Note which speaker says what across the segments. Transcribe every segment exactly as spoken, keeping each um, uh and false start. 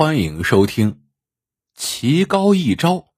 Speaker 1: 欢迎收听棋高一招。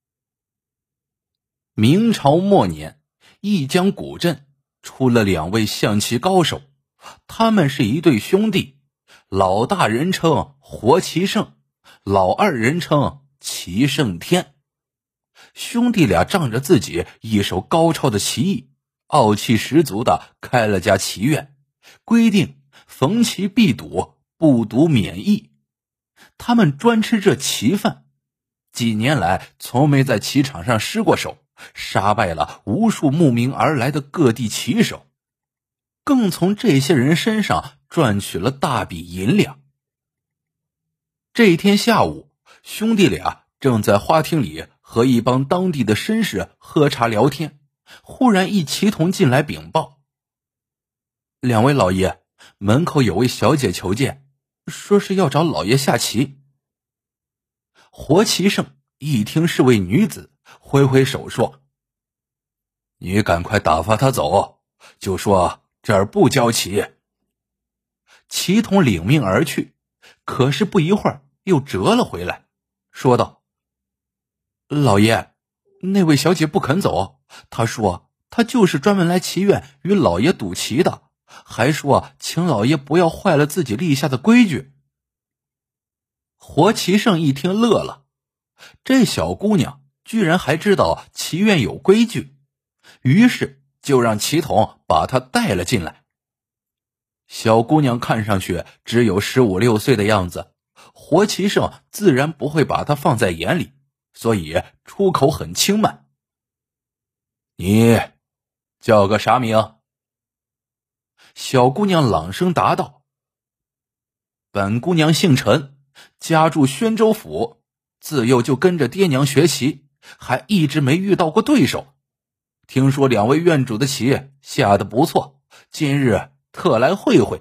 Speaker 1: 明朝末年，一江古镇出了两位象棋高手，他们是一对兄弟，老大人称活棋圣，老二人称棋圣天。兄弟俩仗着自己一手高超的棋艺，傲气十足地开了家棋院，规定逢棋必赌，不赌免役。他们专吃这棋饭，几年来从没在棋场上失过手，杀败了无数慕名而来的各地棋手，更从这些人身上赚取了大笔银两。这一天下午，兄弟俩正在花厅里和一帮当地的绅士喝茶聊天，忽然一棋童进来禀报：两位老爷，门口有位小姐求见，说是要找老爷下棋。活棋圣一听是位女子，挥挥手说：你赶快打发她走，就说这儿不教棋。棋童领命而去，可是不一会儿又折了回来，说道：老爷，那位小姐不肯走，她说她就是专门来棋院与老爷赌棋的，还说请老爷不要坏了自己立下的规矩。活棋圣一听乐了，这小姑娘居然还知道棋院有规矩，于是就让棋童把她带了进来。小姑娘看上去只有十五六岁的样子，活棋圣自然不会把她放在眼里，所以出口很轻慢：你叫个啥名？小姑娘朗声答道：本姑娘姓陈，家住宣州府，自幼就跟着爹娘学棋，还一直没遇到过对手。听说两位院主的棋下得不错，今日特来会会。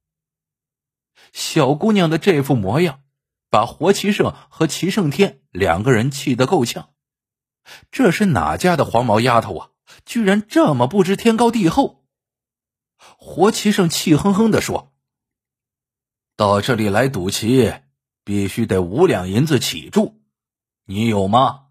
Speaker 1: 小姑娘的这副模样，把活棋圣和棋圣天两个人气得够呛。这是哪家的黄毛丫头啊，居然这么不知天高地厚。活棋圣气哼哼地说：到这里来赌棋，必须得五两银子起注，你有吗？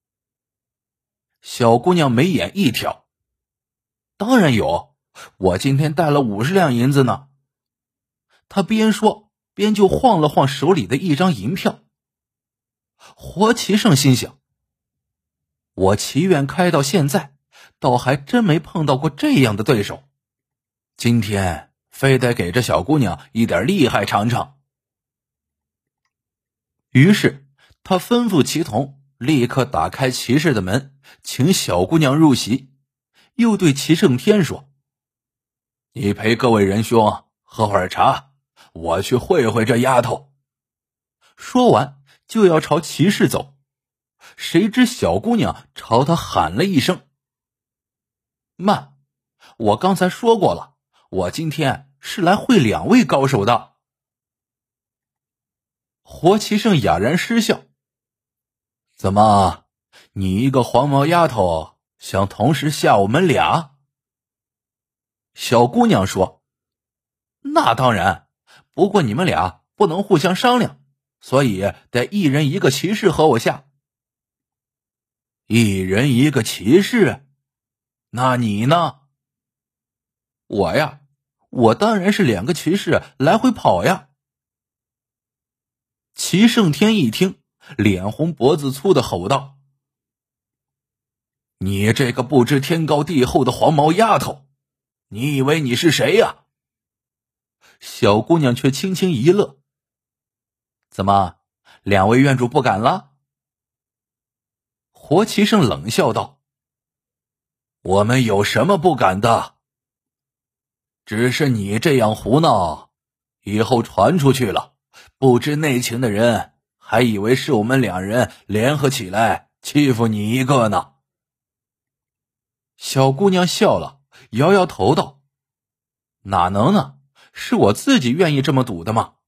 Speaker 1: 小姑娘眉眼一挑：当然有，我今天带了五十两银子呢。她边说边就晃了晃手里的一张银票。活棋圣心想：我棋院开到现在，倒还真没碰到过这样的对手，今天非得给这小姑娘一点厉害尝尝。于是他吩咐棋童立刻打开棋室的门，请小姑娘入席，又对棋圣天说：你陪各位仁兄喝会儿茶，我去会会这丫头。说完就要朝棋室走，谁知小姑娘朝他喊了一声：慢，我刚才说过了，我今天是来会两位高手的。活棋圣哑然失笑：怎么，你一个黄毛丫头想同时吓我们俩？小姑娘说：那当然，不过你们俩不能互相商量，所以得一人一个棋士和我下。一人一个棋士？那你呢？我呀，我当然是两个棋士来回跑呀。棋圣天一听，脸红脖子粗的吼道：你这个不知天高地厚的黄毛丫头，你以为你是谁呀？小姑娘却轻轻一乐：怎么，两位院主不敢了？活棋圣冷笑道：我们有什么不敢的？只是你这样胡闹，以后传出去了，不知内情的人还以为是我们两人联合起来欺负你一个呢。小姑娘笑了，摇摇头道：哪能呢，是我自己愿意这么赌的吗？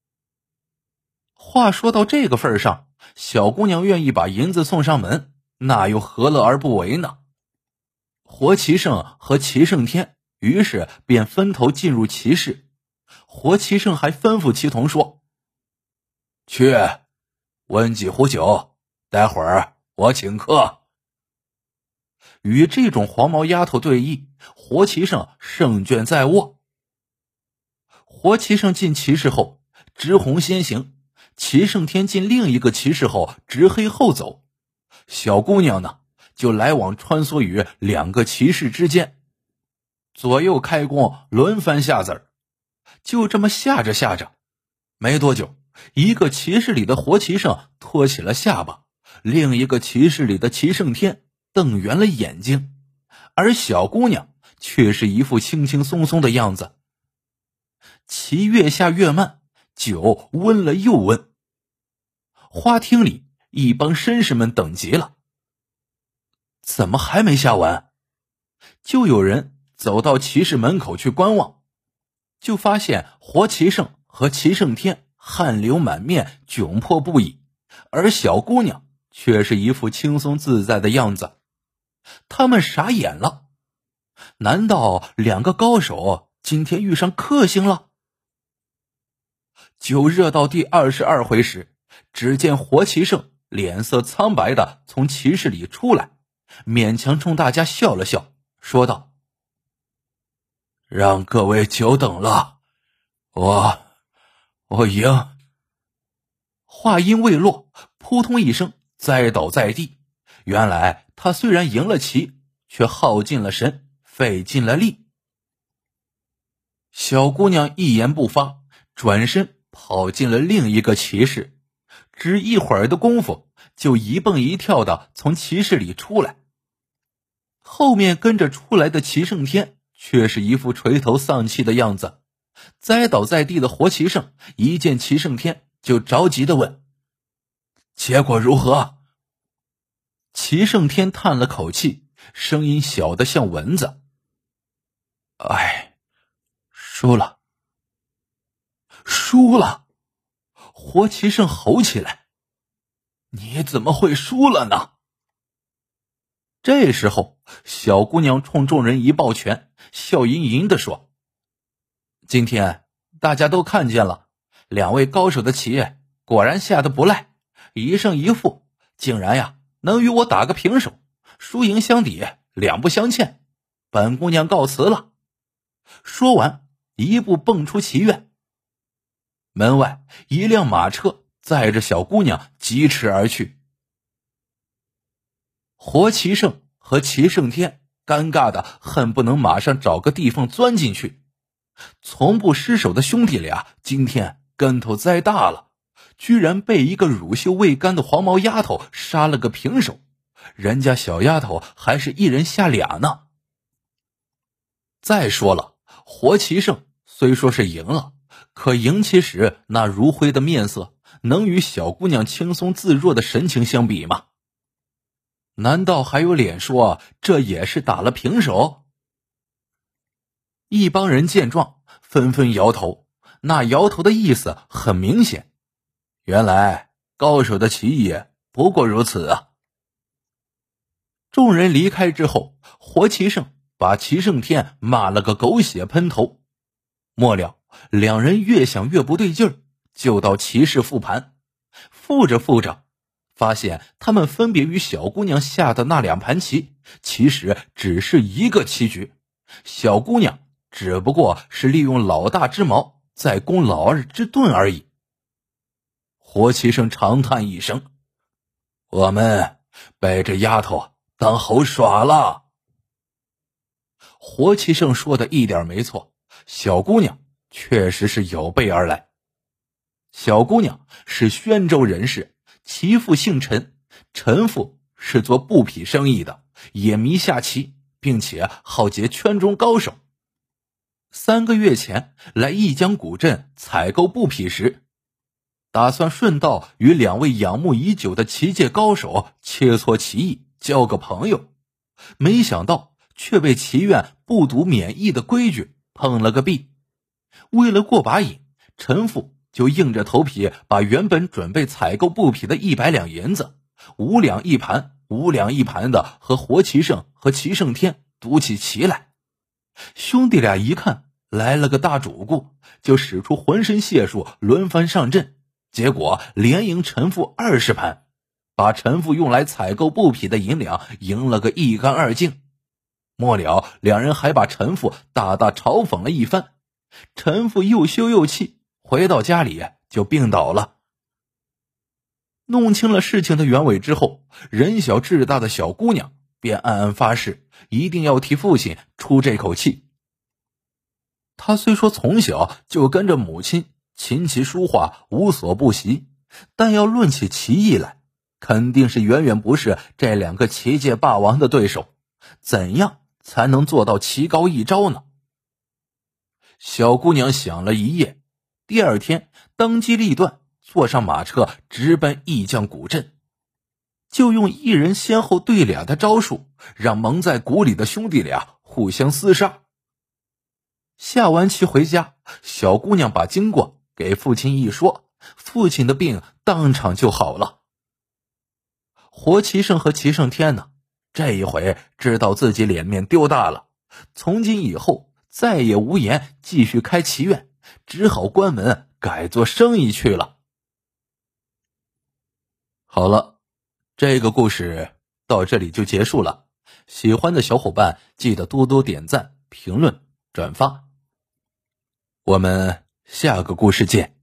Speaker 1: 话说到这个份上，小姑娘愿意把银子送上门，那又何乐而不为呢？活棋圣和棋圣天于是便分头进入棋室。活棋圣还吩咐棋童说： 去，温几壶酒，待会儿我请客。与这种黄毛丫头对弈，活棋圣胜券在握。活棋圣进骑士后，直红先行；齐胜天进另一个骑士后，直黑后走。小姑娘呢，就来往穿梭于两个骑士之间，左右开弓，轮番下子儿。就这么下着下着，没多久，一个骑士里的活棋圣托起了下巴，另一个骑士里的齐胜天瞪圆了眼睛，而小姑娘却是一副轻轻松松的样子。棋越下越慢，酒温了又温。花厅里一帮绅士们等急了，怎么还没下完？就有人走到骑士门口去观望，就发现活棋圣和齐胜天汗流满面，窘迫不已，而小姑娘却是一副轻松自在的样子。他们傻眼了，难道两个高手今天遇上克星了？酒热到第二十二回时，只见活棋圣脸色苍白的从骑士里出来，勉强冲大家笑了笑，说道：让各位久等了，我我赢。话音未落，扑通一声栽倒在地。原来他虽然赢了棋，却耗尽了神，费尽了力。小姑娘一言不发，转身跑进了另一个骑士，只一会儿的功夫，就一蹦一跳的从骑士里出来。后面跟着出来的齐胜天却是一副垂头丧气的样子。栽倒在地的活棋圣一见齐胜天，就着急地问：结果如何？齐胜天叹了口气，声音小得像蚊子：哎，输了。输了！活棋圣吼起来：你怎么会输了呢？这时候，小姑娘冲众人一抱拳，笑吟吟地说：今天大家都看见了，两位高手的棋果然下得不赖，一胜一负，竟然呀能与我打个平手，输赢相抵，两不相欠。本姑娘告辞了。说完，一步蹦出棋院。门外一辆马车载着小姑娘疾驰而去。活棋圣和齐胜天尴尬的恨不能马上找个地缝钻进去。从不失手的兄弟俩今天跟头栽大了，居然被一个乳臭未干的黄毛丫头杀了个平手，人家小丫头还是一人下俩呢。再说了，活棋圣虽说是赢了，可赢棋时那如灰的面色，能与小姑娘轻松自若的神情相比吗？难道还有脸说这也是打了平手？一帮人见状纷纷摇头，那摇头的意思很明显，原来高手的棋艺不过如此啊。众人离开之后，活棋圣把齐胜天骂了个狗血喷头。末了，两人越想越不对劲儿，就到棋室复盘。复着复着，发现他们分别与小姑娘下的那两盘棋，其实只是一个棋局。小姑娘只不过是利用老大之矛在攻老二之盾而已。活棋圣长叹一声：我们被这丫头当猴耍了。活棋圣说的一点没错，小姑娘确实是有备而来。小姑娘是宣州人士，其父姓陈，陈父是做布匹生意的，也迷下棋，并且好结圈中高手。三个月前来一江古镇采购布匹时，打算顺道与两位仰慕已久的棋界高手切磋棋艺，交个朋友。没想到却被棋院不读免役的规矩碰了个壁。为了过把瘾，陈父就硬着头皮把原本准备采购布匹的一百两银子，五两一盘五两一盘的和活棋圣和齐胜天赌起棋来。兄弟俩一看来了个大主顾，就使出浑身解数轮番上阵， 结果连赢陈父二十盘，把陈父用来采购布匹的银两赢了个一干二净。末了，两人还把陈父大大嘲讽了一番。陈父又羞又气，回到家里就病倒了。弄清了事情的原委之后，人小志大的小姑娘便暗暗发誓，一定要替父亲出这口气。她虽说从小就跟着母亲琴棋书画无所不习，但要论起棋艺来，肯定是远远不是这两个棋界霸王的对手。怎样才能做到棋高一招呢？小姑娘想了一夜，第二天当机立断，坐上马车直奔义将古镇，就用一人先后对俩的招数，让蒙在鼓里的兄弟俩互相厮杀。下完棋回家，小姑娘把经过给父亲一说，父亲的病当场就好了。活棋圣和棋圣天呢，这一回知道自己脸面丢大了，从今以后再也无颜继续开棋院，只好关门改做生意去了。好了，这个故事到这里就结束了。喜欢的小伙伴记得多多点赞、评论、转发。我们下个故事见。